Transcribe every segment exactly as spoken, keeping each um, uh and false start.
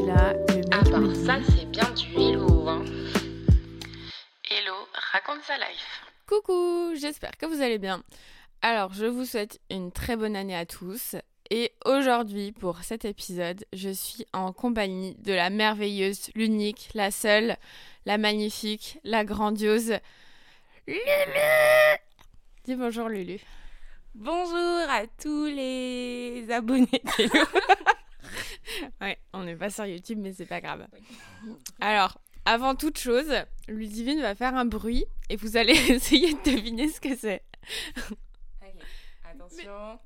là, le mec Ah bah me dit... ça c'est bien du hello hein. Hello, raconte sa life. Coucou, j'espère que vous allez bien. Alors, je vous souhaite une très bonne année à tous. Et aujourd'hui, pour cet épisode, je suis en compagnie de la merveilleuse, l'unique, la seule, la magnifique, la grandiose Lulu. Dis bonjour Lulu. Bonjour à tous les abonnés d'Hello. Ouais, on n'est pas sur YouTube, mais c'est pas grave. Alors, avant toute chose, Ludivine va faire un bruit et vous allez essayer de deviner ce que c'est. Ok, attention.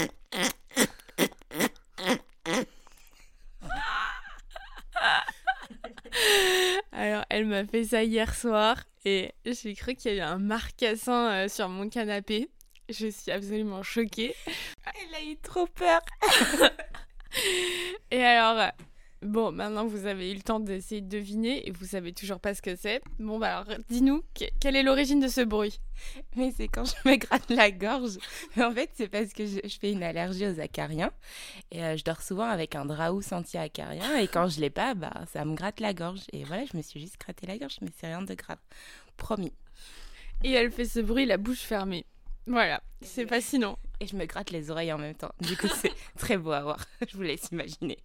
Alors, elle m'a fait ça hier soir et j'ai cru qu'il y a eu un marcassin euh, sur mon canapé. Je suis absolument choquée. Elle a eu trop peur. Et alors, euh, bon, maintenant vous avez eu le temps d'essayer de deviner et vous savez toujours pas ce que c'est. Bon, bah alors, dis-nous, que- quelle est l'origine de ce bruit ? Mais c'est quand je me gratte la gorge. Mais en fait, c'est parce que je, je fais une allergie aux acariens. Et euh, je dors souvent avec un draus anti-acarien. Et quand je l'ai pas, bah, ça me gratte la gorge. Et voilà, je me suis juste gratté la gorge, mais c'est rien de grave. Promis. Et elle fait ce bruit, la bouche fermée. Voilà, c'est fascinant. Et je me gratte les oreilles en même temps. Du coup, c'est très beau à voir. Je vous laisse imaginer.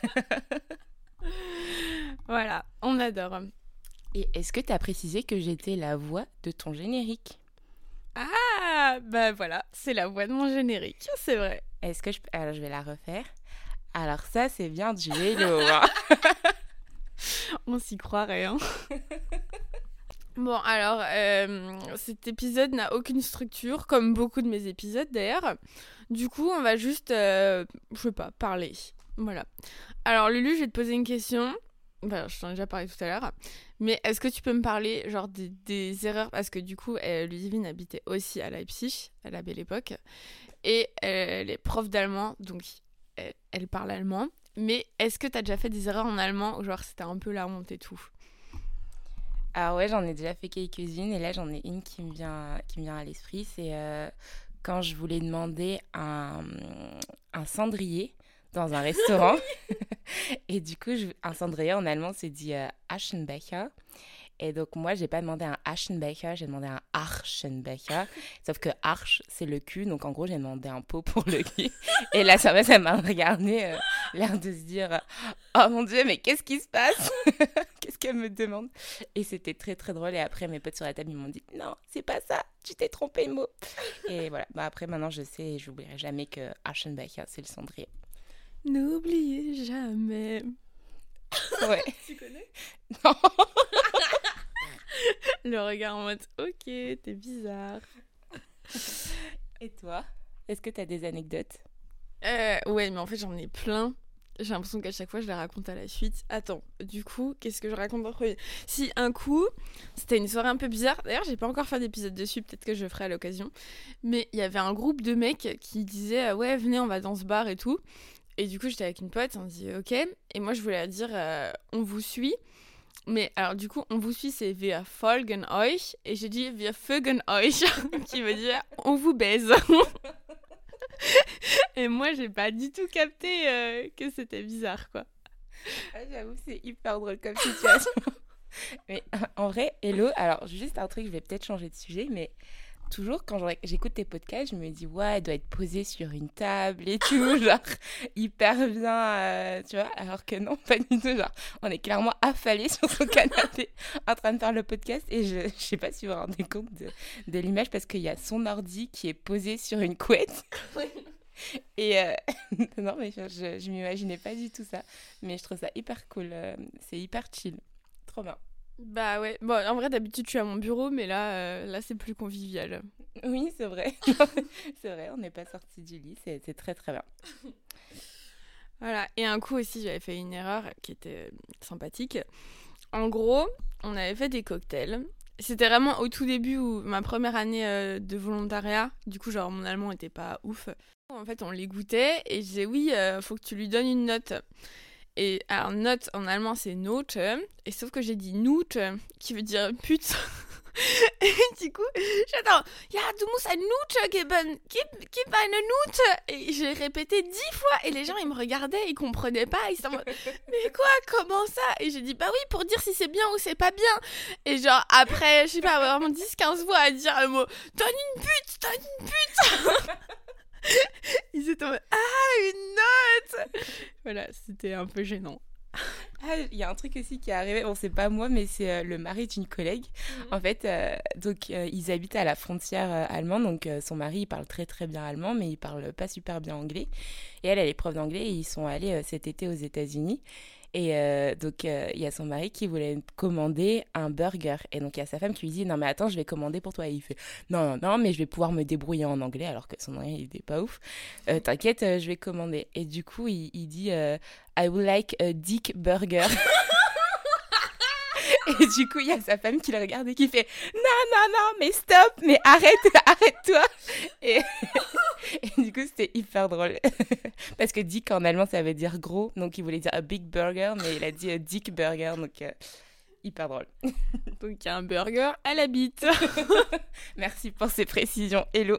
Voilà, on adore. Et est-ce que tu as précisé que j'étais la voix de ton générique ? Ah, bah voilà, c'est la voix de mon générique, c'est vrai. Est-ce que je peux... Alors, je vais la refaire. Alors, ça, c'est bien du vélo. Hein. On s'y croirait, hein. Bon, alors, euh, cet épisode n'a aucune structure, comme beaucoup de mes épisodes d'ailleurs. Du coup, on va juste, euh, je sais pas, parler. Voilà. Alors, Lulu, je vais te poser une question. Enfin, je t'en ai déjà parlé tout à l'heure. Mais est-ce que tu peux me parler, genre, des, des erreurs ? Parce que du coup, euh, Ludivine habitait aussi à Leipzig, à la belle époque. Et elle est prof d'allemand, donc elle, elle parle allemand. Mais est-ce que t'as déjà fait des erreurs en allemand où, genre, c'était un peu la honte et tout ? Alors ouais, j'en ai déjà fait quelques-unes et là j'en ai une qui me vient, qui me vient à l'esprit. C'est euh, quand je voulais demander un, un cendrier dans un restaurant. Et du coup, je- un cendrier en allemand, c'est dit euh, Aschenbecher. Et donc moi, j'ai pas demandé un Aschenbecher, j'ai demandé un Arschenbecher. Sauf que Arsch, c'est le cul. Donc en gros, j'ai demandé un pot pour le cul. Et la serveuse, elle m'a regardé, euh, l'air de se dire oh mon Dieu, mais qu'est-ce qui se passe? Qu'est-ce qu'elle me demande? Et c'était très très drôle. Et après, mes potes sur la table, ils m'ont dit non, c'est pas ça, tu t'es trompé de mot. Et voilà, bah, après maintenant, je sais et j'oublierai jamais que Aschenbecher, c'est le cendrier. N'oubliez jamais. Ouais. Tu connais ? Non. Le regard en mode ok, t'es bizarre. Et toi? Est-ce que t'as des anecdotes? Euh, ouais, mais en fait j'en ai plein. J'ai l'impression qu'à chaque fois je les raconte à la suite. Attends, du coup, qu'est-ce que je raconte en premier ? Si, un coup, c'était une soirée un peu bizarre. D'ailleurs, j'ai pas encore fait d'épisode dessus, peut-être que je ferai à l'occasion. Mais il y avait un groupe de mecs qui disaient euh, ouais, venez, on va dans ce bar et tout. Et du coup, j'étais avec une pote, on dit ok. Et moi, je voulais leur dire euh, on vous suit. Mais alors, du coup, on vous suit, c'est wir folgen euch. Et j'ai dit wir folgen euch, qui veut dire on vous baise. Et moi, j'ai pas du tout capté euh, que c'était bizarre, quoi. Ah, j'avoue, c'est hyper drôle comme situation. Mais en vrai, hello, alors juste un truc, je vais peut-être changer de sujet, mais toujours quand je- j'écoute tes podcasts, je me dis, ouais, elle doit être posée sur une table et tout, genre hyper bien, euh, tu vois, alors que non, pas du tout, genre on est clairement affalés sur son canapé en train de faire le podcast et je, je sais pas si vous vous rendez compte de, de l'image parce qu'il y a son ordi qui est posé sur une couette. Et euh, non, mais je, je, je m'imaginais pas du tout ça. Mais je trouve ça hyper cool. euh, c'est hyper chill. Trop bien. Bah ouais, bon, en vrai, d'habitude, je suis à mon bureau, mais là, euh, là c'est plus convivial. Oui, c'est vrai. C'est vrai, on n'est pas sorti du lit. C'est, c'est très, très bien. Voilà, et un coup aussi, j'avais fait une erreur qui était sympathique. En gros, on avait fait des cocktails. C'était vraiment au tout début, où ma première année euh, de volontariat. Du coup, genre, mon allemand était pas ouf. En fait, on les goûtait et je disais oui, euh, faut que tu lui donnes une note. Et alors, note en allemand, c'est Note. Et sauf que j'ai dit Note, qui veut dire pute. Et du coup, j'attends. Ja, du musst eine Note geben. Gib, gib eine Note. Et j'ai répété dix fois. Et les gens, ils me regardaient, ils comprenaient pas. Ils étaient en mode, mais quoi, comment ça? Et j'ai dit, bah oui, pour dire si c'est bien ou c'est pas bien. Et genre, après, je sais pas, vraiment dix quinze fois à dire le mot, donne une pute, donne une pute. Ils étaient en mode, ah, une note. Voilà, c'était un peu gênant. Ah, il y a un truc aussi qui est arrivé, bon c'est pas moi mais c'est euh, le mari d'une collègue. Mmh. En fait, euh, donc euh, ils habitent à la frontière euh, allemande, donc euh, son mari il parle très très bien allemand mais il parle pas super bien anglais. Et elle elle est prof d'anglais et ils sont allés euh, cet été aux États-Unis. Et euh, donc, il euh, y a son mari qui voulait commander un burger. Et donc, il y a sa femme qui lui dit « Non, mais attends, je vais commander pour toi. » Et il fait « Non, non, non, mais je vais pouvoir me débrouiller en anglais. » Alors que son mari, il était pas ouf. Euh, « T'inquiète, euh, je vais commander. » Et du coup, il, il dit euh, « I would like a dick burger. » Et du coup, il y a sa femme qui le regarde et qui fait « Non, non, non, mais stop, mais arrête, arrête-toi !» Et... et du coup, c'était hyper drôle. Parce que dick en allemand, ça veut dire gros. Donc, il voulait dire a big burger, mais il a dit a dick burger. Donc, euh, hyper drôle. Donc, il y a un burger à la bite. Merci pour ces précisions. Hello.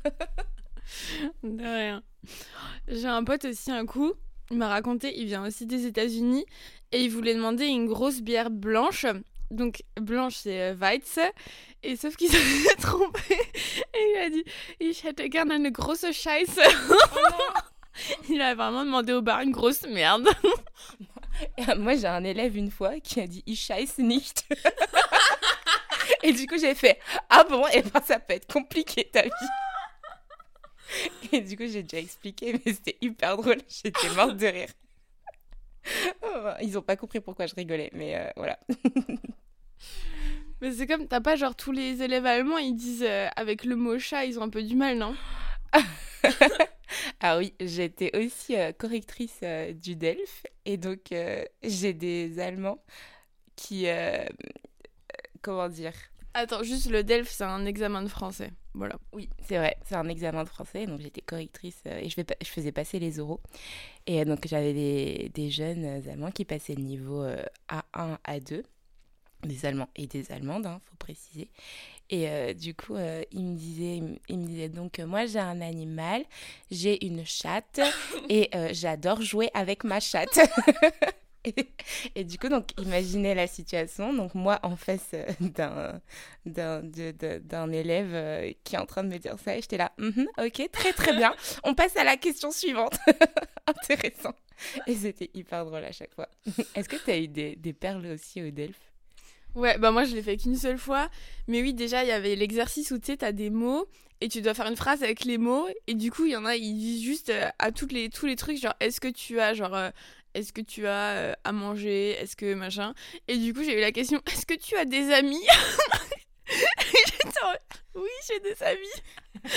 De rien. J'ai un pote aussi, un coup, il m'a raconté, il vient aussi des États-Unis et il voulait demander une grosse bière blanche. Donc, blanche, c'est euh, Weiz. Et sauf qu'il s'est trompé. Et il a dit Ich hätte gerne eine große Scheiße. Oh il a vraiment demandé au bar une grosse merde. Moi, j'ai un élève une fois qui a dit Ich scheiße nicht. Et du coup, j'ai fait Ah bon, et ben ça peut être compliqué ta vie. Et du coup, j'ai déjà expliqué, mais c'était hyper drôle. J'étais morte de rire. Ils ont pas compris pourquoi je rigolais, mais euh, voilà. Mais c'est comme, t'as pas genre tous les élèves allemands, ils disent euh, avec le mot chat, ils ont un peu du mal, non? Ah oui, j'étais aussi euh, correctrice euh, du D E L F, et donc euh, j'ai des Allemands qui... Euh, comment dire? Attends, juste le D E L F, c'est un examen de français. Voilà. Oui, c'est vrai, c'est un examen de français, donc j'étais correctrice euh, et je, vais, je faisais passer les oraux. Et euh, donc j'avais des, des jeunes Allemands qui passaient le niveau euh, A un, A deux, des Allemands et des Allemandes, hein, faut préciser. Et euh, du coup, euh, ils me disaient, ils me, ils me disaient donc, euh, moi j'ai un animal, j'ai une chatte et euh, j'adore jouer avec ma chatte. Et, et du coup, donc, imaginez la situation. Donc, moi, en face euh, d'un, d'un, de, de, d'un élève euh, qui est en train de me dire ça, et j'étais là, mm-hmm, ok, très, très bien. On passe à la question suivante. Intéressant. Et c'était hyper drôle à chaque fois. Est-ce que tu as eu des, des perles aussi au D E L F? Ouais, bah moi, je l'ai fait qu'une seule fois. Mais oui, déjà, il y avait l'exercice où, tu sais, t'as des mots et tu dois faire une phrase avec les mots. Et du coup, il y en a, ils disent juste euh, à toutes les, tous les trucs, genre, est-ce que tu as, genre... Euh, est-ce que tu as euh, à manger? Est-ce que machin? Et du coup, j'ai eu la question, est-ce que tu as des amis? J'étais en... Oui, j'ai des amis.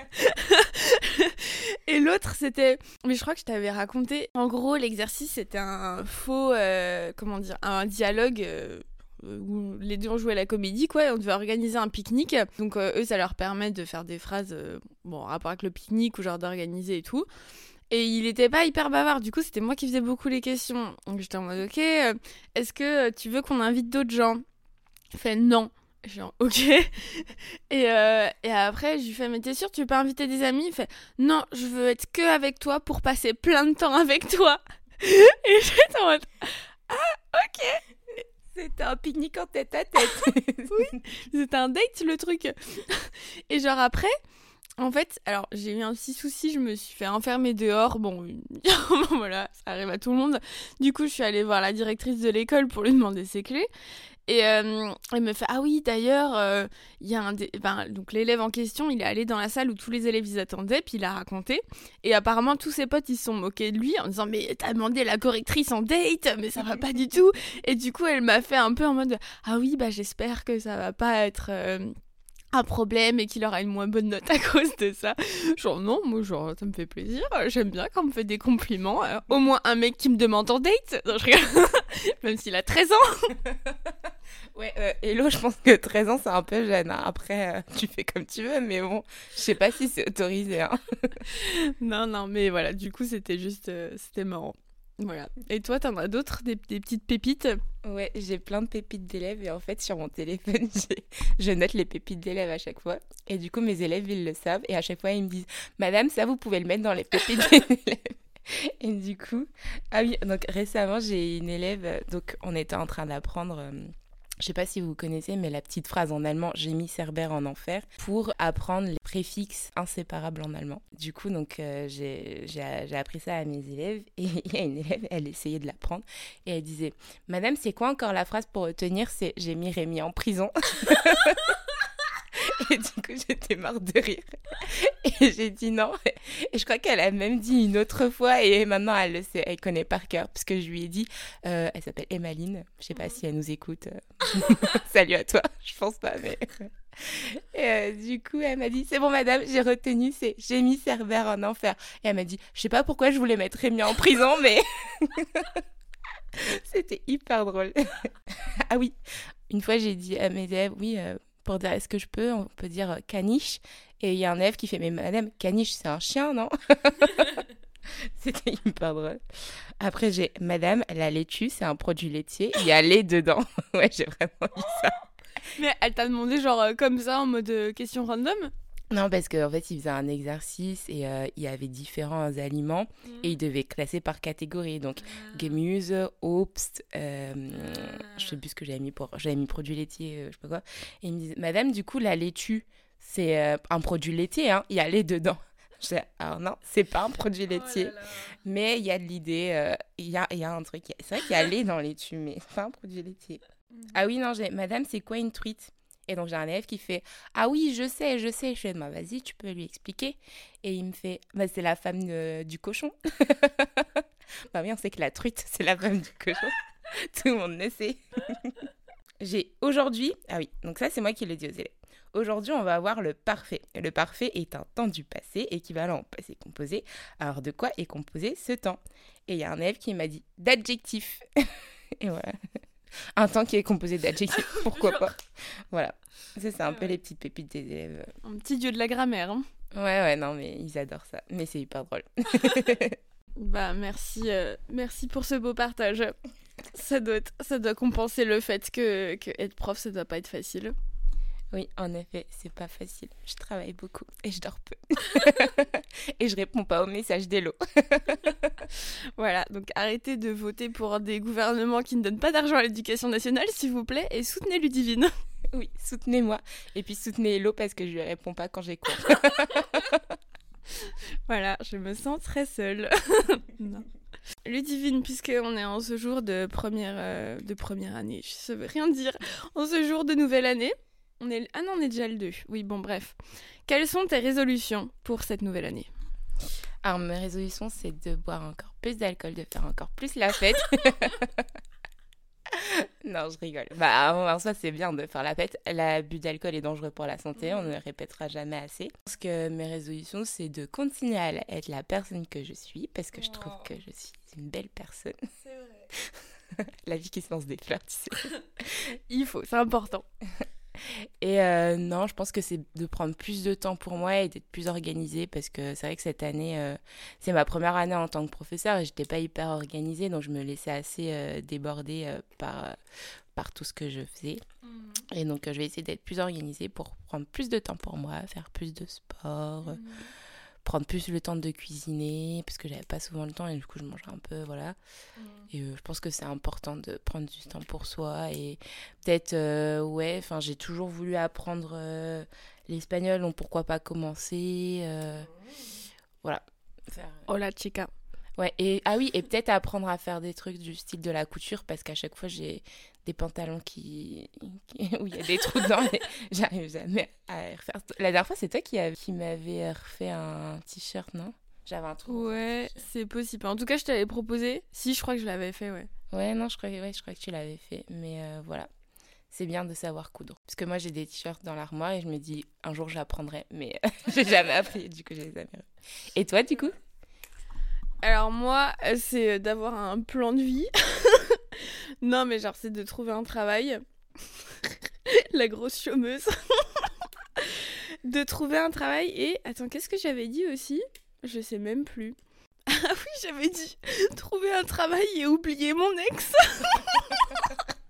Et l'autre, c'était... Mais je crois que je t'avais raconté. En gros, l'exercice, c'était un faux... Euh, comment dire? Un dialogue... Euh, où les deux ont joué à la comédie, quoi. On devait organiser un pique-nique. Donc, euh, eux, ça leur permet de faire des phrases euh, bon, en rapport avec le pique-nique ou genre d'organiser et tout. Et il était pas hyper bavard, du coup c'était moi qui faisais beaucoup les questions. Donc j'étais en mode ok, euh, est-ce que tu veux qu'on invite d'autres gens? Il fait non. Je suis en ok. Et, euh, et après je lui fais mais t'es sûr tu veux pas inviter des amis? Il fait non, je veux être que avec toi pour passer plein de temps avec toi. Et j'étais en mode ah ok. C'était un pique-nique en tête à tête. Oui, c'était un date le truc. Et genre après... En fait, alors j'ai eu un petit souci, je me suis fait enfermer dehors, bon, voilà, ça arrive à tout le monde. Du coup, je suis allée voir la directrice de l'école pour lui demander ses clés. Et euh, elle me fait, ah oui, d'ailleurs, il euh, y a un... Dé... Enfin, donc l'élève en question, il est allé dans la salle où tous les élèves ils attendaient, puis il a raconté. Et apparemment, tous ses potes, ils se sont moqués de lui en disant, mais t'as demandé la correctrice en date, mais ça va pas du tout. Et du coup, elle m'a fait un peu en mode, ah oui, bah j'espère que ça va pas être... Euh... un problème et qu'il aura une moins bonne note à cause de ça. Genre non, moi genre ça me fait plaisir, j'aime bien quand on me fait des compliments, euh, au moins un mec qui me demande en date. Non, je regarde. Même s'il a treize ans. Ouais, euh, Hello, je pense que treize ans c'est un peu jeune, hein. Après euh, tu fais comme tu veux, mais bon, je sais pas si c'est autorisé, hein. Non non, mais voilà, du coup c'était juste euh, c'était marrant. Voilà. Et toi t'en as d'autres, des, des petites pépites? Ouais, j'ai plein de pépites d'élèves et en fait sur mon téléphone, j'ai... je note les pépites d'élèves à chaque fois. Et du coup, mes élèves, ils le savent et à chaque fois, ils me disent « Madame, ça, vous pouvez le mettre dans les pépites des élèves ». Et du coup, ah oui, donc récemment, j'ai une élève, euh, donc on était en train d'apprendre... euh, je sais pas si vous connaissez, mais la petite phrase en allemand « J'ai mis Cerbère en enfer » pour apprendre les préfixes inséparables en allemand. Du coup, donc, euh, j'ai, j'ai, j'ai appris ça à mes élèves et il y a une élève, elle essayait de l'apprendre et elle disait « Madame, c'est quoi encore la phrase pour retenir ? C'est « J'ai mis Rémi en prison ». Et du coup, j'étais marre de rire. Et j'ai dit non. Et je crois qu'elle a même dit une autre fois. Et maintenant, elle le sait, elle connaît par cœur. Parce que je lui ai dit, euh, elle s'appelle Emmaline. Je sais pas si elle nous écoute. Salut à toi. Je pense pas, mais... Et euh, du coup, elle m'a dit, c'est bon madame, j'ai retenu, c'est j'ai mis Cerbère en enfer. Et elle m'a dit, je sais pas pourquoi je voulais mettre Rémi en prison, mais... C'était hyper drôle. Ah oui, une fois, j'ai dit à mes élèves, oui... Euh, pour dire est-ce que je peux, on peut dire caniche. Et il y a un élève qui fait mais madame, caniche c'est un chien, non? C'était hyper drôle. Après j'ai madame, la laitue c'est un produit laitier, il y a lait dedans. Ouais, j'ai vraiment dit ça. Mais elle t'a demandé genre euh, comme ça en mode euh, question random? Non, parce qu'en fait, il faisait un exercice et euh, il y avait différents aliments mmh. et il devait classer par catégorie. Donc, ah. Gemüse, Obst, euh, ah. je sais plus ce que j'avais mis pour... J'avais mis produit laitier, euh, je sais pas quoi. Et il me disait, madame, du coup, la laitue, c'est euh, un produit laitier, hein, il y a lait dedans. Je disais, alors non, c'est pas un produit laitier. Oh là là. Mais il y a de l'idée, euh, il y, a, il y a un truc. C'est vrai qu'il y a lait dans la laitue, mais c'est pas un produit laitier. Mmh. Ah oui, non, j'ai... madame, c'est quoi une truite? Et donc, j'ai un élève qui fait « Ah oui, je sais, je sais. » Je fais bah, « Vas-y, tu peux lui expliquer. » Et il me fait bah, « C'est la femme de, du cochon. » Bah oui, on sait que la truite, c'est la femme du cochon. Tout le monde le sait. J'ai aujourd'hui... Ah oui, donc ça, c'est moi qui le dis aux élèves. Aujourd'hui, on va avoir le parfait. Le parfait est un temps du passé, équivalent au passé composé. Alors, de quoi est composé ce temps? Et il y a un élève qui m'a dit « D'adjectifs. » Et voilà. Un temps qui est composé d'adjectifs, pourquoi pas. Voilà, ça c'est un ouais, peu ouais. les petites pépites des élèves. Un petit dieu de la grammaire. Hein. Ouais, ouais, non, mais ils adorent ça. Mais c'est hyper drôle. Bah, merci, euh, merci pour ce beau partage. Ça doit, être, ça doit compenser le fait que, que être prof, ça doit pas être facile. Oui, en effet, c'est pas facile. Je travaille beaucoup et je dors peu. Et je réponds pas aux messages d'Hello. Voilà, donc arrêtez de voter pour des gouvernements qui ne donnent pas d'argent à l'éducation nationale, s'il vous plaît, et soutenez Ludivine. Oui, soutenez-moi. Et puis soutenez Hello parce que je lui réponds pas quand j'ai cours. Voilà, je me sens très seule. Non. Ludivine, puisqu'on est en ce jour de première, euh, de première année, ça veut rien dire, en ce jour de nouvelle année, on est... ah non, on est déjà le deux. Oui, bon, bref. Quelles sont tes résolutions pour cette nouvelle année? Alors, mes résolutions, c'est de boire encore plus d'alcool, de faire encore plus la fête. Non, je rigole. Bah, en soi, c'est bien de faire la fête. L'abus d'alcool est dangereux pour la santé, on ne le répétera jamais assez. Parce que mes résolutions, c'est de continuer à être la personne que je suis, parce que je trouve que je suis une belle personne. C'est vrai. La vie qui se lance des fleurs, tu sais. Il faut, c'est important. Et euh, non, je pense que c'est de prendre plus de temps pour moi et d'être plus organisée parce que c'est vrai que cette année, euh, c'est ma première année en tant que professeure et j'étais pas hyper organisée, donc je me laissais assez euh, déborder euh, par, euh, par tout ce que je faisais. Mmh. Et donc, euh, je vais essayer d'être plus organisée pour prendre plus de temps pour moi, faire plus de sport, mmh. prendre plus le temps de cuisiner parce que j'avais pas souvent le temps et du coup, je mangeais un peu, voilà. Mmh. Et euh, je pense que c'est important de prendre du temps pour soi et peut-être, euh, ouais, enfin, j'ai toujours voulu apprendre euh, l'espagnol, donc pourquoi pas commencer, euh, voilà. Faire... Hola, chica. Ouais, et, ah oui, et peut-être apprendre à faire des trucs du style de la couture parce qu'à chaque fois, j'ai des pantalons qui, qui... où il y a des trous dedans et j'arrive jamais à refaire. La dernière fois, c'est toi qui, a... qui m'avais refait un t-shirt, non? J'avais un trou. Ouais, c'est possible. En tout cas, je t'avais proposé. Si, je crois que je l'avais fait, ouais. Ouais, non, je crois, ouais, je crois que tu l'avais fait. Mais euh, voilà, c'est bien de savoir coudre. Parce que moi, j'ai des t-shirts dans l'armoire et je me dis, un jour, j'apprendrai. Mais j'ai jamais appris, du coup, je les ai jamais refait. Et toi, du coup? Alors moi, c'est d'avoir un plan de vie. Non, mais genre, c'est de trouver un travail. La grosse chômeuse. De trouver un travail et... Attends, qu'est-ce que j'avais dit aussi? Je sais même plus. Ah oui, j'avais dit trouver un travail et oublier mon ex.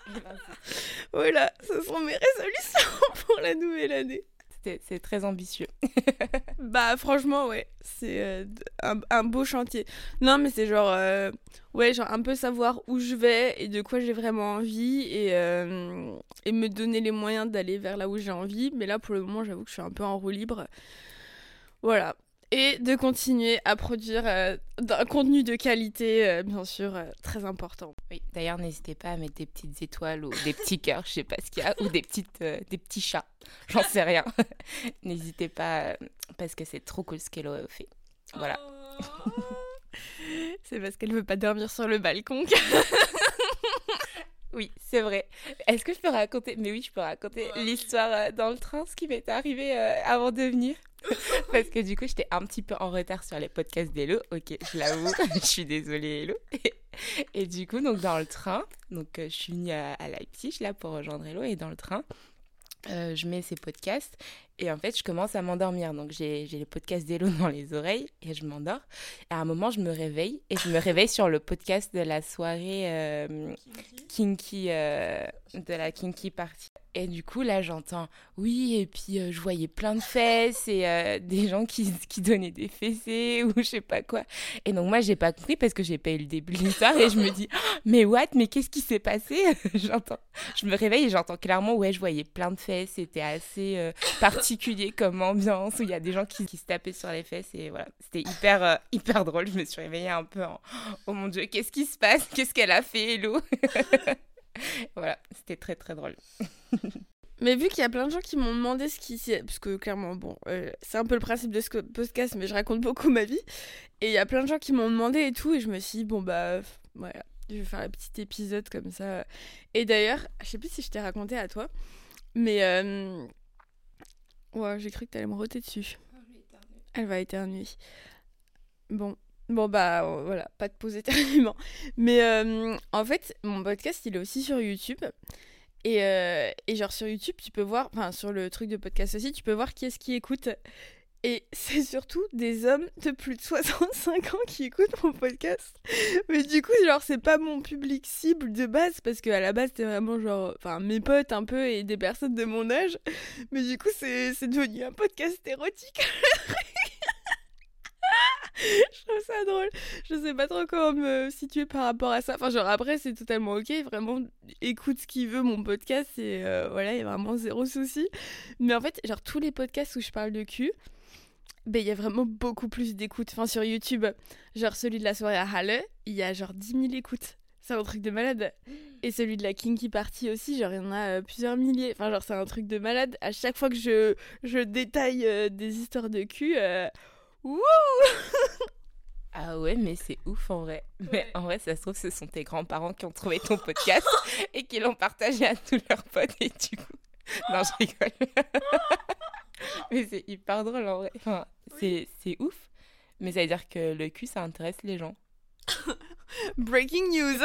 Voilà, ce sont mes résolutions pour la nouvelle année. C'est, c'est très ambitieux. Bah franchement ouais, c'est euh, un, un beau chantier. Non mais c'est genre euh, ouais genre un peu savoir où je vais et de quoi j'ai vraiment envie et euh, et me donner les moyens d'aller vers là où j'ai envie. Mais là pour le moment j'avoue que je suis un peu en roue libre. Voilà. Et de continuer à produire euh, un contenu de qualité, euh, bien sûr, euh, très important. Oui, d'ailleurs, n'hésitez pas à mettre des petites étoiles ou des petits cœurs, je sais pas ce qu'il y a, ou des, petites, euh, des petits chats, j'en sais rien. N'hésitez pas, euh, parce que c'est trop cool ce qu'Elo fait. Voilà. Oh. C'est parce qu'elle veut pas dormir sur le balcon. Oui, c'est vrai. Est-ce que je peux raconter... Mais oui, je peux raconter ouais. l'histoire euh, dans le train, ce qui m'est arrivé euh, avant de venir. Parce que du coup, j'étais un petit peu en retard sur les podcasts d'Elo. Ok, je l'avoue, je suis désolée, Elo. Et, et du coup, donc dans le train, donc, euh, je suis venue à, à Leipzig là, pour rejoindre Elo. Et dans le train, euh, je mets ces podcasts. Et en fait, je commence à m'endormir. Donc, j'ai, j'ai les podcasts d'Elo dans les oreilles et je m'endors. Et à un moment, je me réveille. Et je me réveille sur le podcast de la soirée euh, Kinky, euh, de la Kinky Party. Et du coup, là, j'entends oui, et puis euh, je voyais plein de fesses et euh, des gens qui, qui donnaient des fessées ou je sais pas quoi. Et donc, moi, j'ai pas compris parce que j'ai pas eu le début de l'histoire et je me dis, oh, mais what, mais qu'est-ce qui s'est passé? J'entends, je me réveille et j'entends clairement, ouais, je voyais plein de fesses. C'était assez euh, particulier comme ambiance où il y a des gens qui, qui se tapaient sur les fesses et voilà, c'était hyper, euh, hyper drôle. Je me suis réveillée un peu en, oh mon Dieu, qu'est-ce qui se passe? Qu'est-ce qu'elle a fait, Elo? Voilà, c'était très très drôle. Mais vu qu'il y a plein de gens qui m'ont demandé ce qui... Parce que clairement, bon, euh, c'est un peu le principe de ce podcast, mais je raconte beaucoup ma vie. Et il y a plein de gens qui m'ont demandé et tout, et je me suis dit, bon bah, voilà, je vais faire un petit épisode comme ça. Et d'ailleurs, je sais plus si je t'ai raconté à toi, mais... Euh... Ouais, j'ai cru que t'allais me roter dessus. Elle va éternuer. Bon... Bon bah euh, voilà, pas de pause éternuement. Mais euh, en fait, mon podcast, il est aussi sur YouTube. Et, euh, et genre sur YouTube, tu peux voir, enfin sur le truc de podcast aussi, tu peux voir qui est-ce qui écoute. Et c'est surtout des hommes de plus de soixante-cinq ans qui écoutent mon podcast. Mais du coup, genre, c'est pas mon public cible de base, parce qu'à la base, c'était vraiment genre, enfin, mes potes un peu et des personnes de mon âge. Mais du coup, c'est, c'est devenu un podcast érotique. Je trouve ça drôle. Je sais pas trop comment me situer par rapport à ça. Enfin, genre, après, c'est totalement ok. Vraiment, écoute ce qu'il veut, mon podcast. Et euh, voilà, il y a vraiment zéro souci. Mais en fait, genre, tous les podcasts où je parle de cul, ben, il y a vraiment beaucoup plus d'écoutes. Enfin, sur YouTube, genre celui de la soirée à Halle, il y a genre dix mille écoutes. C'est un truc de malade. Et celui de la Kinky Party aussi, genre, il y en a euh, plusieurs milliers. Enfin, genre, c'est un truc de malade. À chaque fois que je, je détaille euh, des histoires de cul... Euh, Wouh. Ah ouais, mais c'est ouf en vrai. Ouais. Mais en vrai, ça se trouve, ce sont tes grands-parents qui ont trouvé ton podcast et qui l'ont partagé à tous leurs potes et du coup... Non, je rigole. Mais c'est hyper drôle en vrai. Enfin, oui. c'est, c'est ouf. Mais ça veut dire que le cul, ça intéresse les gens. Breaking news.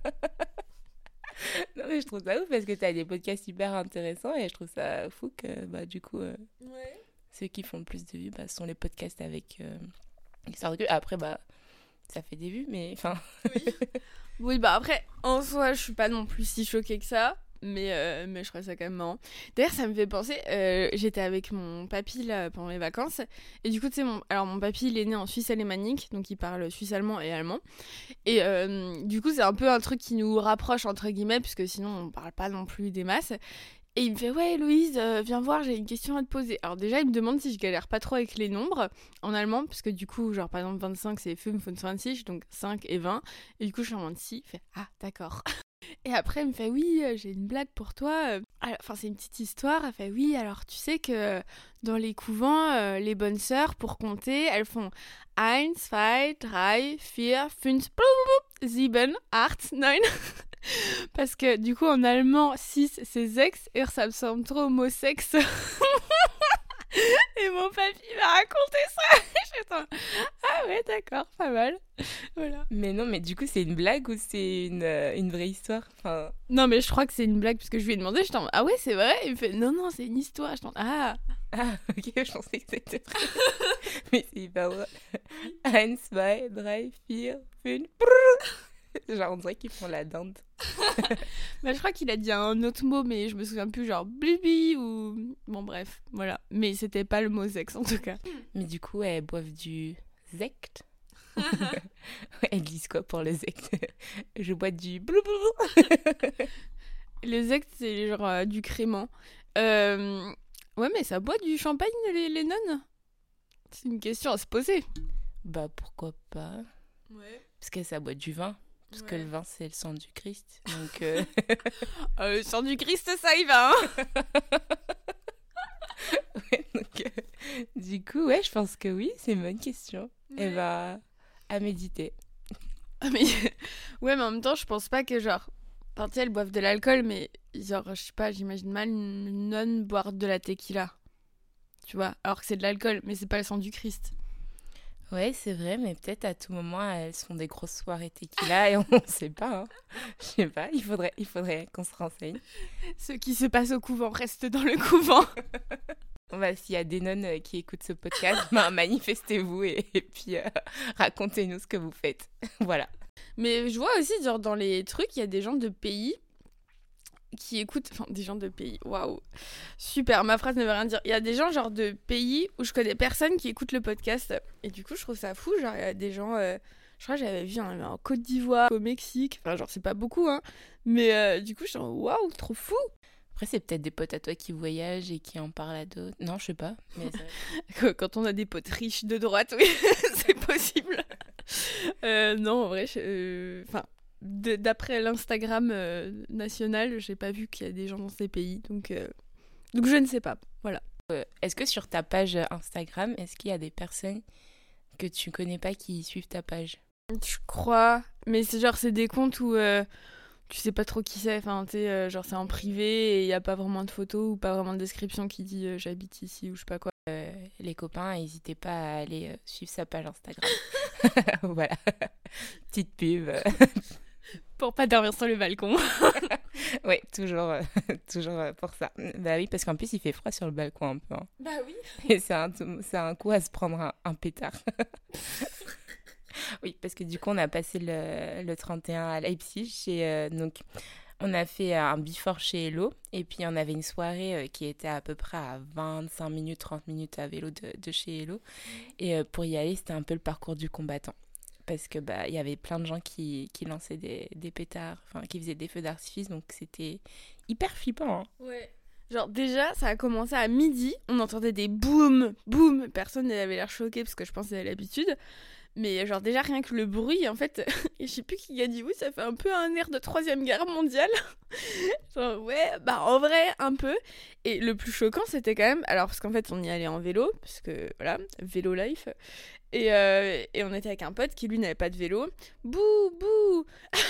Non mais je trouve ça ouf parce que t'as des podcasts hyper intéressants et je trouve ça fou que bah du coup... Euh... Ouais. Ceux qui font le plus de vues, bah, ce sont les podcasts avec euh, l'histoire de cul. Après, bah, ça fait des vues, mais enfin... Oui. Oui, bah après, en soi, je suis pas non plus si choquée que ça, mais, euh, mais je trouve ça quand même marrant. D'ailleurs, ça me fait penser, euh, j'étais avec mon papy là, pendant les vacances, et du coup, tu sais, mon... alors mon papy, il est né en Suisse alémanique, donc il parle suisse-allemand et allemand, et euh, du coup, c'est un peu un truc qui nous rapproche, entre guillemets, puisque sinon, on parle pas non plus des masses. Et il me fait « Ouais, Héloïse, euh, viens voir, j'ai une question à te poser. » Alors déjà, il me demande si je galère pas trop avec les nombres en allemand, parce que du coup, genre par exemple, vingt-cinq, c'est fünfundzwanzig, donc cinq et vingt. Et du coup, je lui demande si, il fait « Ah, d'accord. » Et après, il me fait « Oui, euh, j'ai une blague pour toi. » Enfin, c'est une petite histoire. Elle fait « Oui, alors tu sais que dans les couvents, euh, les bonnes sœurs, pour compter, elles font un, zwei, drei, vier, fünf, sieben, acht, neun. » Parce que du coup en allemand six c'est sex et ça me semble trop homosexe. Et mon papy m'a raconté ça. J'étais ah ouais d'accord, pas mal. Voilà. Mais non mais du coup c'est une blague ou c'est une, euh, une vraie histoire enfin... Non mais je crois que c'est une blague parce que je lui ai demandé, je t'en ah ouais c'est vrai, il me fait non non c'est une histoire, je t'en ah ah ok je pensais que c'était vrai. Mais c'est hyper drôle. un, zwei, drei, vier, fünf. Genre, on dirait qu'ils font la dinde. Bah, je crois qu'il a dit un autre mot, mais je me souviens plus, genre blibi ou... Bon, bref, voilà. Mais c'était pas le mot sexe, en tout cas. Mais du coup, elles boivent du zect. Elles disent quoi pour le zect? Je bois du bloublou. Le zect, c'est genre euh, du crément. Euh... Ouais, mais ça boit du champagne, les, les nonnes? C'est une question à se poser. Bah, pourquoi pas? Ouais. Parce que ça boit du vin. Parce Ouais. que le vin, c'est le sang du Christ. Donc, euh... Euh, sans du Christ, ça y va, hein. ouais, donc euh, du coup, ouais, je pense que oui, c'est une bonne question. Et bah, à méditer. Ah, mais... ouais, mais en même temps, je pense pas que genre... Enfin, tu sais, elles boivent de l'alcool, mais genre, je sais pas, j'imagine mal une nonne boire de la tequila. Tu vois, alors que c'est de l'alcool, mais c'est pas le sang du Christ. Ouais, c'est vrai, mais peut-être à tout moment, elles font des grosses soirées tequila et on sait pas. Hein. Je sais pas, il faudrait, il faudrait qu'on se renseigne. Ce qui se passe au couvent reste dans le couvent. Bah, s'il y a des nonnes euh, qui écoutent ce podcast, bah, manifestez-vous et, et puis euh, racontez-nous ce que vous faites. Voilà. Mais je vois aussi, genre, dans les trucs, il y a des gens de pays qui écoutent... Enfin, des gens de pays, waouh. Super, ma phrase ne veut rien dire. Il y a des gens, genre, de pays où je connais personne qui écoute le podcast. Et du coup, je trouve ça fou. Genre, il y a des gens... euh, Je crois que j'avais vu en, en Côte d'Ivoire, au Mexique. Enfin, genre, c'est pas beaucoup, hein. Mais euh, du coup, je suis en waouh, trop fou. Après, c'est peut-être des potes à toi qui voyagent et qui en parlent à d'autres. Non, je sais pas. Mais c'est vrai. Quand on a des potes riches de droite, oui, c'est possible. Euh, non, en vrai, je- euh, enfin, de- d'après l'Instagram euh, national, j'ai pas vu qu'il y a des gens dans ces pays, donc, euh, donc je ne sais pas. Voilà. Euh, est-ce que sur ta page Instagram, est-ce qu'il y a des personnes que tu connais pas qui suivent ta page? Je crois, mais c'est genre c'est des comptes où euh, tu sais pas trop qui c'est. Enfin, tu sais, euh, genre c'est en privé et il y a pas vraiment de photos ou pas vraiment de description qui dit euh, j'habite ici ou je sais pas quoi. Euh, les copains, n'hésitez pas à aller euh, suivre sa page Instagram. Voilà. Petite pub. Pour pas dormir sur le balcon. Oui, toujours, euh, toujours euh, pour ça. Bah oui, parce qu'en plus, il fait froid sur le balcon un peu. Hein. Bah oui. Et c'est un, c'est un coup à se prendre un, un pétard. Oui, parce que du coup, on a passé le, le trente et un à Leipzig. Et, euh, donc, on a fait un before chez Hello. Et puis, on avait une soirée euh, qui était à peu près à vingt-cinq minutes, trente minutes à vélo de, de chez Hello. Et euh, pour y aller, c'était un peu le parcours du combattant. Parce que bah il y avait plein de gens qui, qui lançaient des, des pétards, enfin qui faisaient des feux d'artifice, donc c'était hyper flippant. Hein. Ouais. Genre déjà, ça a commencé à midi, on entendait des boum, boum. Personne n'avait l'air choqué parce que je pensais à l'habitude. Mais genre déjà rien que le bruit, en fait, et je sais plus qui a dit oui, ça fait un peu un air de troisième guerre mondiale. Genre ouais, bah en vrai un peu. Et le plus choquant c'était quand même, alors parce qu'en fait on y allait en vélo, parce que voilà, vélo life. Et, euh, et on était avec un pote qui lui n'avait pas de vélo. Bouh, bouh.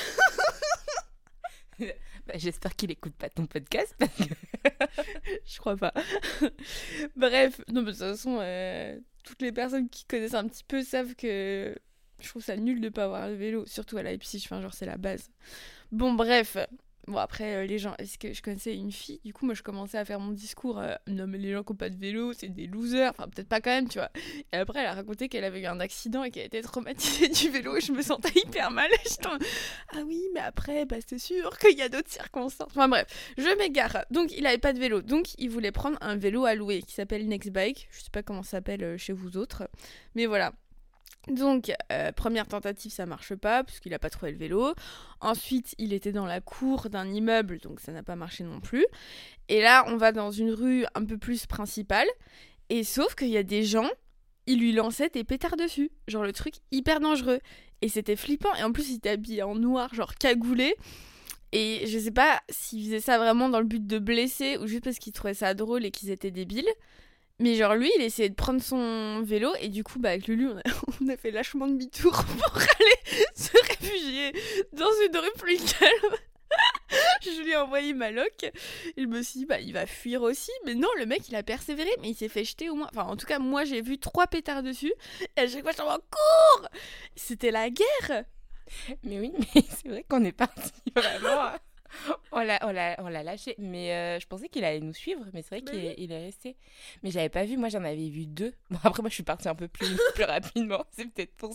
Bah, j'espère qu'il écoute pas ton podcast. Parce que... Je crois pas. Bref, non, mais de toute façon, euh, toutes les personnes qui connaissent un petit peu savent que je trouve ça nul de pas avoir le vélo, surtout à Leipzig, enfin, genre c'est la base. Bon, bref. Bon, après, euh, les gens, est-ce que je connaissais une fille? Du coup, moi, je commençais à faire mon discours. euh, non, mais les gens qui n'ont pas de vélo, c'est des losers. Enfin, peut-être pas quand même, tu vois. Et après, elle a raconté qu'elle avait eu un accident et qu'elle était traumatisée du vélo. Et je me sentais hyper mal. Et j'étais en... Ah oui, mais après, bah, c'est sûr qu'il y a d'autres circonstances. Enfin, bref, je m'égare. Donc, il avait pas de vélo. Donc, il voulait prendre un vélo à louer qui s'appelle Nextbike. Je sais pas comment ça s'appelle euh, chez vous autres. Mais voilà. Donc, euh, première tentative, ça marche pas, parce qu'il a pas trouvé le vélo. Ensuite, il était dans la cour d'un immeuble, donc ça n'a pas marché non plus. Et là, on va dans une rue un peu plus principale, et sauf qu'il y a des gens, ils lui lançaient des pétards dessus. Genre le truc hyper dangereux. Et c'était flippant, et en plus, il était habillé en noir, genre cagoulé. Et je sais pas s'ils faisaient ça vraiment dans le but de blesser, ou juste parce qu'ils trouvaient ça drôle et qu'ils étaient débiles. Mais genre lui, il essayait de prendre son vélo et du coup, bah avec Lulu, on a, on a fait lâchement demi-tour pour aller se réfugier dans une rue plus calme. Je lui ai envoyé ma loc et je me suis dit, bah il va fuir aussi. Mais non, le mec, il a persévéré, mais il s'est fait jeter au moins. Enfin, en tout cas, moi, j'ai vu trois pétards dessus et à chaque fois, je suis en cours. C'était la guerre. Mais oui, mais c'est vrai qu'on est parti vraiment... On l'a, on, l'a, on l'a lâché, mais euh, je pensais qu'il allait nous suivre, mais c'est vrai Bah qu'il oui. est, il est resté. Mais j'avais pas vu, moi j'en avais vu deux. Bon, après, moi je suis partie un peu plus, plus rapidement, c'est peut-être pour ça.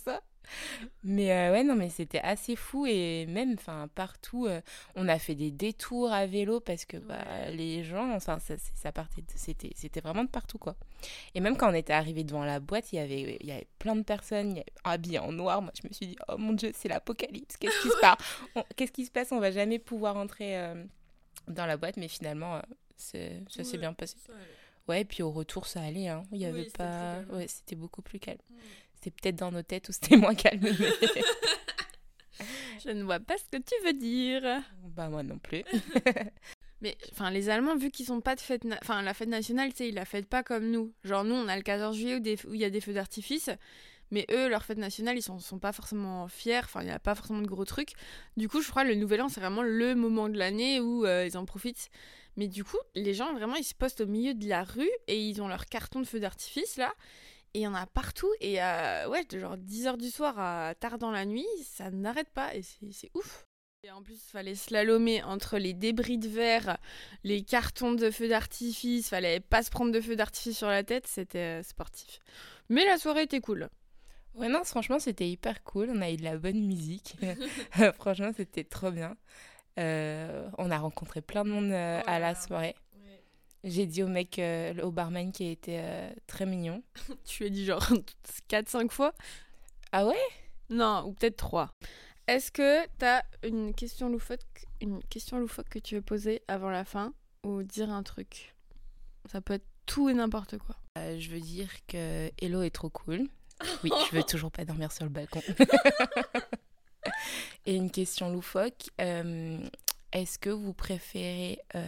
Mais euh, ouais, non, mais c'était assez fou et même, enfin, partout, euh, on a fait des détours à vélo parce que bah, Ouais. les gens, enfin, ça, c'est- ça partait, de- c'était, c'était vraiment de partout, quoi. Et même quand on était arrivé devant la boîte, il y avait, il y avait plein de personnes il y avait- habillées en noir. Moi, je me suis dit, oh mon Dieu, c'est l'apocalypse. Qu'est-ce qui se passe? On- Qu'est-ce qui se passe? On va jamais pouvoir entrer euh, dans la boîte, mais finalement, euh, c'est, ça s'est Ouais, bien passé. ça allait. Ouais, et puis au retour, ça allait, hein. Il y avait Oui, c'était plus pas, calme. ouais, c'était beaucoup plus calme. Mm. C'était peut-être dans nos têtes où c'était moins calme, mais Je ne vois pas ce que tu veux dire. bah moi non plus. Mais enfin, les Allemands, vu qu'ils sont pas de fête, na- enfin la fête nationale, tu sais, ils la fêtent pas comme nous. Genre nous, on a le quatorze juillet où des- où il y a des feux d'artifice, mais eux, leur fête nationale, ils sont, sont pas forcément fiers. Enfin, il y a pas forcément de gros trucs. Du coup, je crois le Nouvel An, c'est vraiment le moment de l'année où euh, ils en profitent. Mais du coup, les gens vraiment, ils se postent au milieu de la rue et ils ont leur carton de feux d'artifice là. Et il y en a partout. Et euh, ouais, de genre dix heures du soir à tard dans la nuit, ça n'arrête pas. Et c'est c'est ouf. Et en plus, il fallait slalomer entre les débris de verre, les cartons de feux d'artifice. Fallait pas se prendre de feux d'artifice sur la tête. C'était euh, sportif. Mais la soirée était cool. Ouais, non, franchement, c'était hyper cool. On a eu de la bonne musique. Franchement, c'était trop bien. Euh, on a rencontré plein de monde euh, Oh à là la là. soirée. J'ai dit au mec, euh, au barman qui était euh, très mignon. Tu as dit genre quatre cinq fois. Ah ouais? Non, ou peut-être trois. Est-ce que t'as une question loufoque, une question loufoque que tu veux poser avant la fin ou dire un truc? Ça peut être tout et n'importe quoi. Euh, je veux dire que Hello est trop cool. Oui, je veux toujours pas dormir sur le balcon. Et une question loufoque. euh, est-ce que vous préférez euh,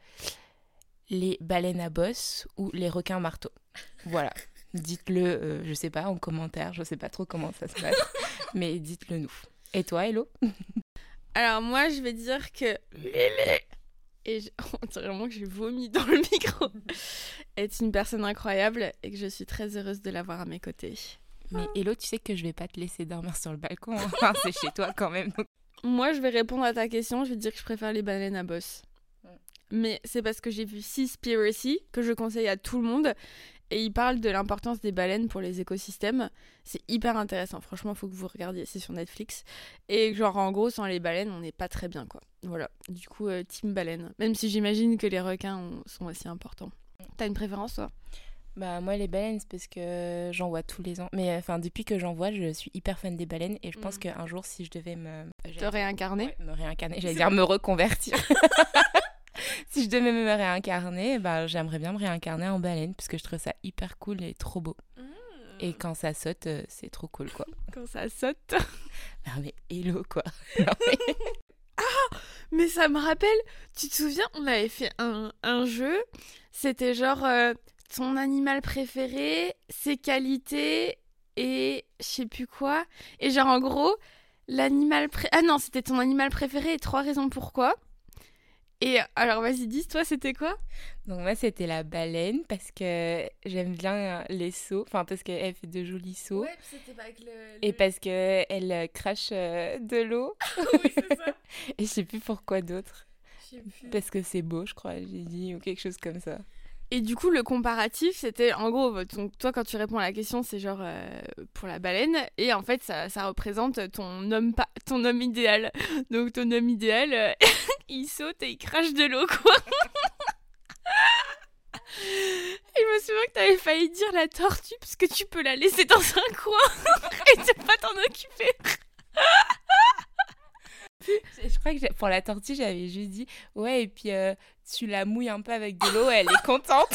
les baleines à bosse ou les requins marteaux? Voilà. Dites-le, euh, je sais pas, en commentaire. Je sais pas trop comment ça se passe. Mais dites-le nous. Et toi, Hello? Alors moi, je vais dire que Lélé, et je- on dirait vraiment que j'ai vomi dans le micro, est une personne incroyable et que je suis très heureuse de l'avoir à mes côtés. Mais Hello, tu sais que je vais pas te laisser dormir sur le balcon. hein. Enfin, c'est chez toi quand même. donc- Moi, je vais répondre à ta question, je vais te dire que je préfère les baleines à bosse. Mm. Mais c'est parce que j'ai vu Seaspiracy, que je conseille à tout le monde, et il parle de l'importance des baleines pour les écosystèmes. C'est hyper intéressant, franchement, faut que vous regardiez, c'est sur Netflix. Et genre, en gros, sans les baleines, on n'est pas très bien, quoi. Voilà, du coup, euh, team baleine. Même si j'imagine que les requins ont- sont aussi importants. T'as une préférence, toi? Bah moi les baleines c'est parce que j'en vois tous les ans. Mais enfin depuis que j'en vois je suis hyper fan des baleines et je pense Mm. qu'un jour si je devais me... Te réincarner? Ouais, me réincarner, j'allais dire me reconvertir. Si je devais me réincarner, bah j'aimerais bien me réincarner en baleine parce que je trouve ça hyper cool et trop beau. Et quand ça saute, euh, c'est trop cool quoi. Quand ça saute. Non mais hello quoi. Non, mais- Mais ça me rappelle, tu te souviens, on avait fait un, un jeu, c'était genre euh, ton animal préféré, ses qualités et je sais plus quoi. Et genre en gros, l'animal pré... Ah non, c'était ton animal préféré et trois raisons pourquoi. Et alors vas-y, dis-toi, c'était quoi? Donc moi c'était la baleine parce que j'aime bien euh, les sauts, enfin parce qu'elle fait de jolis sauts. c'était pas avec le... Et parce qu'elle euh, crache euh, de l'eau. oui, c'est ça. Et je sais plus pourquoi d'autre. Je sais plus. Parce que c'est beau, je crois, j'ai dit, ou quelque chose comme ça. Et du coup, le comparatif, c'était en gros, donc, toi, quand tu réponds à la question, c'est genre euh, pour la baleine. Et en fait, ça, ça représente ton homme, pa- ton homme idéal. Donc, ton homme idéal, euh, il saute et il crache de l'eau, quoi. Et je me souviens que t'avais failli dire la tortue, parce que tu peux la laisser dans un coin et ne pas t'en occuper. Je je crois que j'ai- pour la tortue, j'avais juste dit, ouais, et puis euh, tu la mouilles un peu avec de l'eau, elle est contente.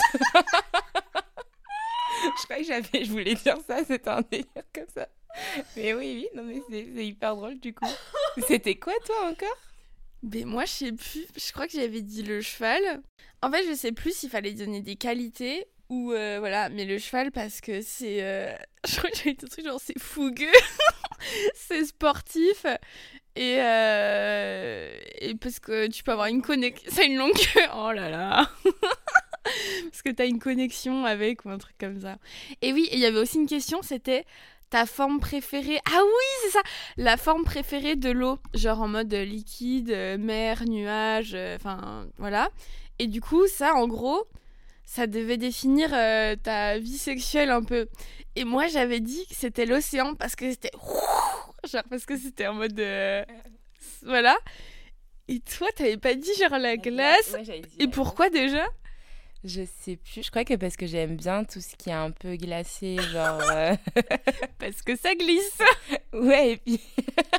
Je crois que j'avais, je voulais dire ça, c'était un délire comme ça. Mais oui, oui, non mais c'est c'est hyper drôle du coup. C'était quoi toi encore? Mais moi, je sais plus. Je crois que j'avais dit le cheval. En fait, je sais plus s'il fallait donner des qualités ou euh, voilà. Mais le cheval, parce que c'est. euh, Je crois que j'avais dit un truc genre c'est fougueux, c'est sportif et euh, et parce que tu peux avoir une connexion. C'est une longue queue. Oh là là. Parce que t'as une connexion avec ou un truc comme ça. Et oui, il y avait aussi une question. C'était ta forme préférée. Ah oui, c'est ça. La forme préférée de l'eau, genre en mode euh, liquide, euh, mer, nuage, enfin voilà. Et du coup, ça, en gros, ça devait définir euh, ta vie sexuelle un peu. Et moi, j'avais dit que c'était l'océan parce que c'était... Genre, parce que c'était en mode... euh, Voilà. Et toi, t'avais pas dit genre la glace. Ouais, j'avais dit Et la pourquoi déjà? Je sais plus, je crois que parce que j'aime bien tout ce qui est un peu glacé, genre... euh, Parce que ça glisse. Ouais, et puis...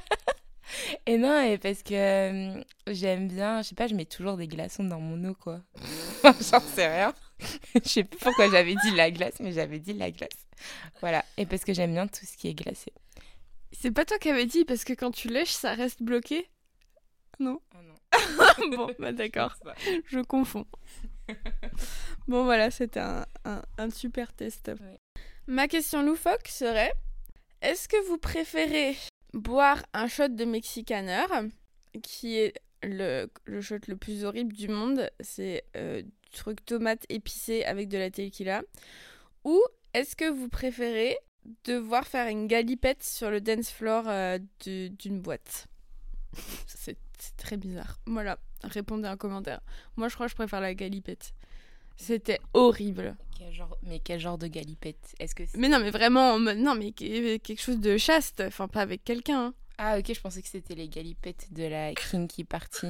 Et non, et parce que euh, j'aime bien, je sais pas, je mets toujours des glaçons dans mon eau, quoi. J'en sais rien. Je sais plus pourquoi j'avais dit la glace, mais j'avais dit la glace. Voilà, et parce que j'aime bien tout ce qui est glacé. C'est pas toi qui avais dit parce que quand tu lèches, ça reste bloqué? Non? Oh non. Bon, bah d'accord, Je sais pas. je confonds. Bon voilà, c'était un, un, un super test. Ouais. Ma question loufoque serait, est-ce que vous préférez boire un shot de Mexicaner, qui est le, le shot le plus horrible du monde, c'est euh, du truc tomate épicé avec de la tequila, ou est-ce que vous préférez devoir faire une galipette sur le dance floor euh, de- d'une boîte? c'est, c'est très bizarre. Voilà, répondez en commentaire. Moi je crois que je préfère la galipette. C'était horrible. Quel genre... Mais quel genre de galipette? Est-ce que c'est... Mais non mais vraiment, en mode- non mais que- quelque chose de chaste, enfin pas avec quelqu'un. hein. Ah ok, je pensais que c'était les galipettes de la kinky party.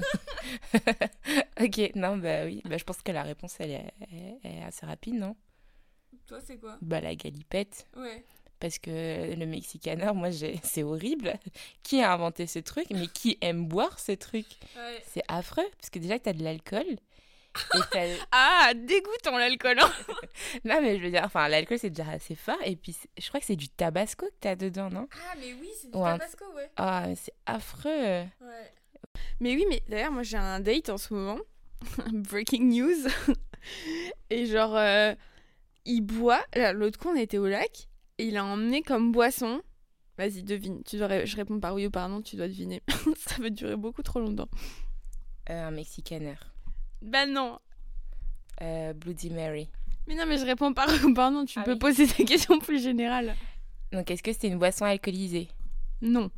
Ok, non, bah oui. Bah, je pense que la réponse, elle est, elle est assez rapide, non? Toi c'est quoi? Bah la galipette. Ouais. Parce que le Mexicaner, moi, j'ai... c'est horrible. Qui a inventé ce truc? Mais qui aime boire ce truc? ouais. C'est affreux. Parce que déjà, t'as de l'alcool. Et t'as... Ah, dégoûtant l'alcool. hein. Non, mais je veux dire, enfin, l'alcool, c'est déjà assez fort. Et puis, c'est- je crois que c'est du tabasco que t'as dedans, non? Ah mais oui, c'est du Ouais. tabasco, ouais. Ah, c'est affreux. ouais. Mais oui, mais d'ailleurs moi j'ai un date en ce moment. Breaking news. Et genre, euh, il boit, là, l'autre coup on était au lac, et il a emmené comme boisson. Vas-y, devine. Tu dois ré- Je réponds par oui ou par non, tu dois deviner. Ça va durer beaucoup trop longtemps. Euh, un Mexicaner. Bah non. Euh, Bloody Mary. Mais non, mais je réponds par oui ou par non, tu Ah peux oui. poser des questions plus générales. Donc, est-ce que c'était une boisson alcoolisée? Non.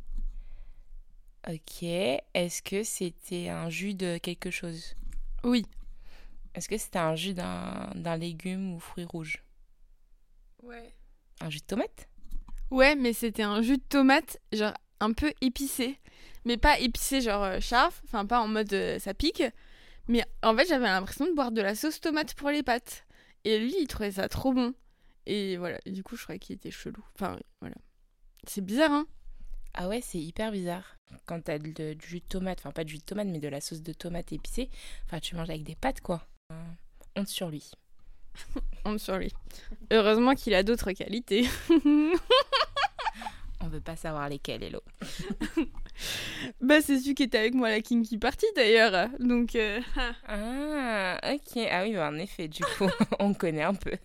Ok. Est-ce que c'était un jus de quelque chose? Oui. Est-ce que c'était un jus d'un, d'un légume ou fruit rouge? Ouais. Un jus de tomate? Ouais, mais c'était un jus de tomate, genre un peu épicé. Mais pas épicé, genre euh, charf, enfin pas en mode euh, ça pique. Mais en fait, j'avais l'impression de boire de la sauce tomate pour les pâtes. Et lui, il trouvait ça trop bon. Et voilà, et du coup, je croyais qu'il était chelou. Enfin, voilà. C'est bizarre, hein? Ah ouais, c'est hyper bizarre. Quand t'as de- du jus de tomate, enfin pas de jus de tomate, mais de la sauce de tomate épicée, enfin tu manges avec des pâtes, quoi. Euh, honte sur lui. On sur lui. Heureusement qu'il a d'autres qualités. On veut pas savoir lesquelles, Hello. Bah, c'est celui qui était avec moi à la Kinky Party d'ailleurs. Donc, euh, Ah, ok. Ah oui, bah, en effet, du coup, on connaît un peu.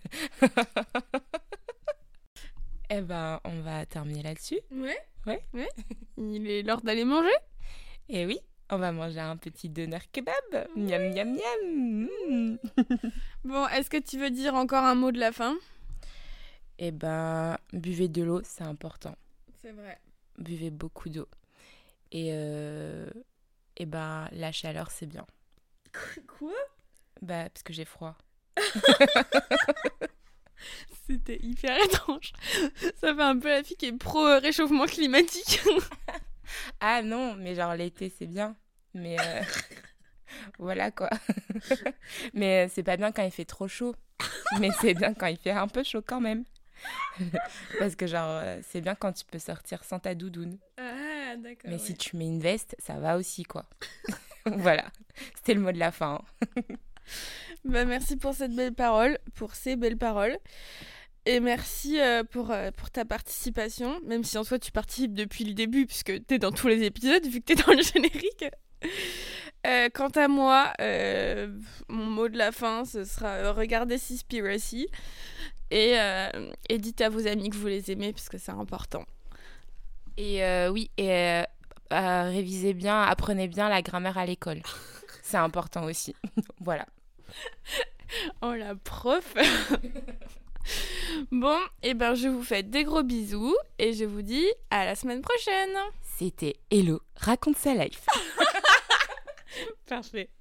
Eh ben, on va terminer là-dessus. Ouais. Ouais. Ouais. Il est l'heure d'aller manger. Et oui, on va manger un petit doner kebab. Miam, miam, miam. Mm. Bon, est-ce que tu veux dire encore un mot de la fin? Eh ben, buvez de l'eau, c'est important. C'est vrai. Buvez beaucoup d'eau. Et, euh, eh ben, la chaleur, c'est bien. Quoi? Bah, parce que j'ai froid. C'était hyper étrange. Ça fait un peu la fille qui est pro euh, réchauffement climatique. Ah non, mais genre l'été, c'est bien. Mais euh, voilà quoi. Mais euh, c'est pas bien quand il fait trop chaud. Mais c'est bien quand il fait un peu chaud quand même. Parce que genre, euh, c'est bien quand tu peux sortir sans ta doudoune. Ah, d'accord. Mais si tu mets une veste, ça va aussi quoi. Voilà, c'était le mot de la fin. hein. Bah, merci pour cette belle parole, pour ces belles paroles. Et merci euh, pour, euh, pour ta participation, même si en soi tu participes depuis le début, puisque t'es dans tous les épisodes, vu que t'es dans le générique. Euh, quant à moi, euh, mon mot de la fin, ce sera euh, regardez Seaspiracy et, euh, et dites à vos amis que vous les aimez, parce que c'est important. Et euh, oui, et euh, euh, révisez bien, apprenez bien la grammaire à l'école. C'est important aussi. Voilà. Oh la prof. Bon, et ben je vous fais des gros bisous et je vous dis à la semaine prochaine. C'était Hello, raconte sa life. Parfait.